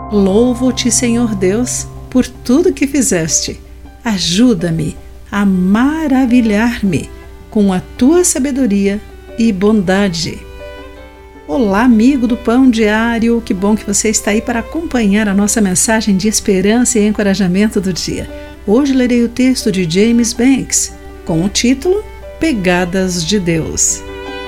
Louvo-te, Senhor Deus, por tudo que fizeste. Ajuda-me a maravilhar-me com a tua sabedoria e bondade. Olá, amigo do Pão Diário, que bom que você está aí para acompanhar a nossa mensagem de esperança e encorajamento do dia. Hoje lerei o texto de James Banks, com o título Pegadas de Deus.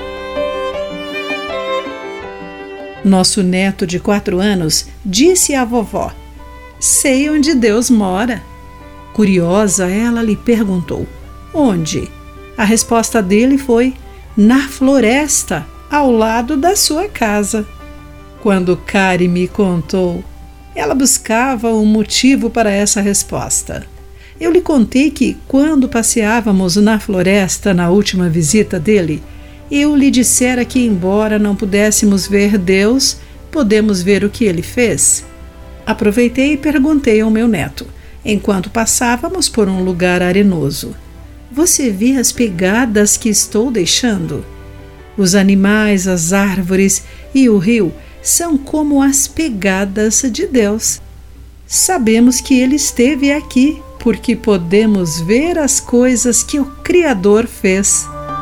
Nosso neto de 4 anos disse à vovó: "Sei onde Deus mora." Curiosa, ela lhe perguntou: "Onde?" A resposta dele foi: "Na floresta, ao lado da sua casa." Quando Kari me contou, ela buscava um motivo para essa resposta. Eu lhe contei que, quando passeávamos na floresta na última visita dele, eu lhe dissera que, embora não pudéssemos ver Deus, podemos ver o que ele fez. Aproveitei e perguntei ao meu neto, enquanto passávamos por um lugar arenoso: "Você vê as pegadas que estou deixando?" Os animais, as árvores e o rio são como as pegadas de Deus. Sabemos que Ele esteve aqui porque podemos ver as coisas que o Criador fez.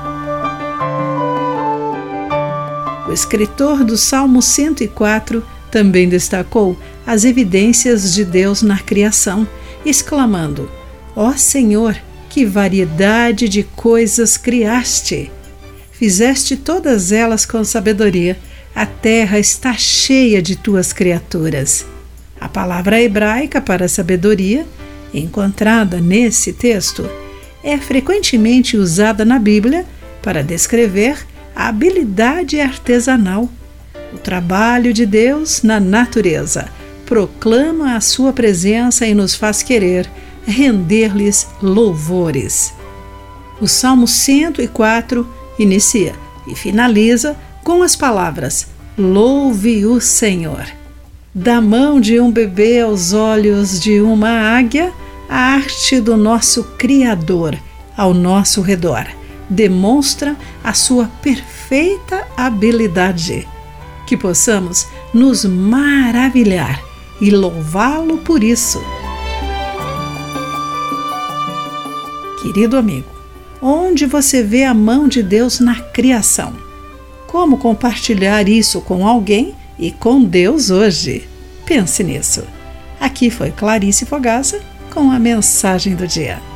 O escritor do Salmo 104 também destacou as evidências de Deus na criação, exclamando: "Ó Senhor, que variedade de coisas criaste! Fizeste todas elas com sabedoria, a terra está cheia de tuas criaturas." A palavra hebraica para sabedoria, encontrada nesse texto, é frequentemente usada na Bíblia para descrever a habilidade artesanal. O trabalho de Deus na natureza proclama a sua presença e nos faz querer render-lhes louvores. O Salmo 104 inicia e finaliza com as palavras: "Louve o Senhor." Da mão de um bebê aos olhos de uma águia, a arte do nosso Criador ao nosso redor demonstra a sua perfeita habilidade. Que possamos nos maravilhar e louvá-lo por isso. Querido amigo, onde você vê a mão de Deus na criação? Como compartilhar isso com alguém e com Deus hoje? Pense nisso. Aqui foi Clarice Fogaça com a mensagem do dia.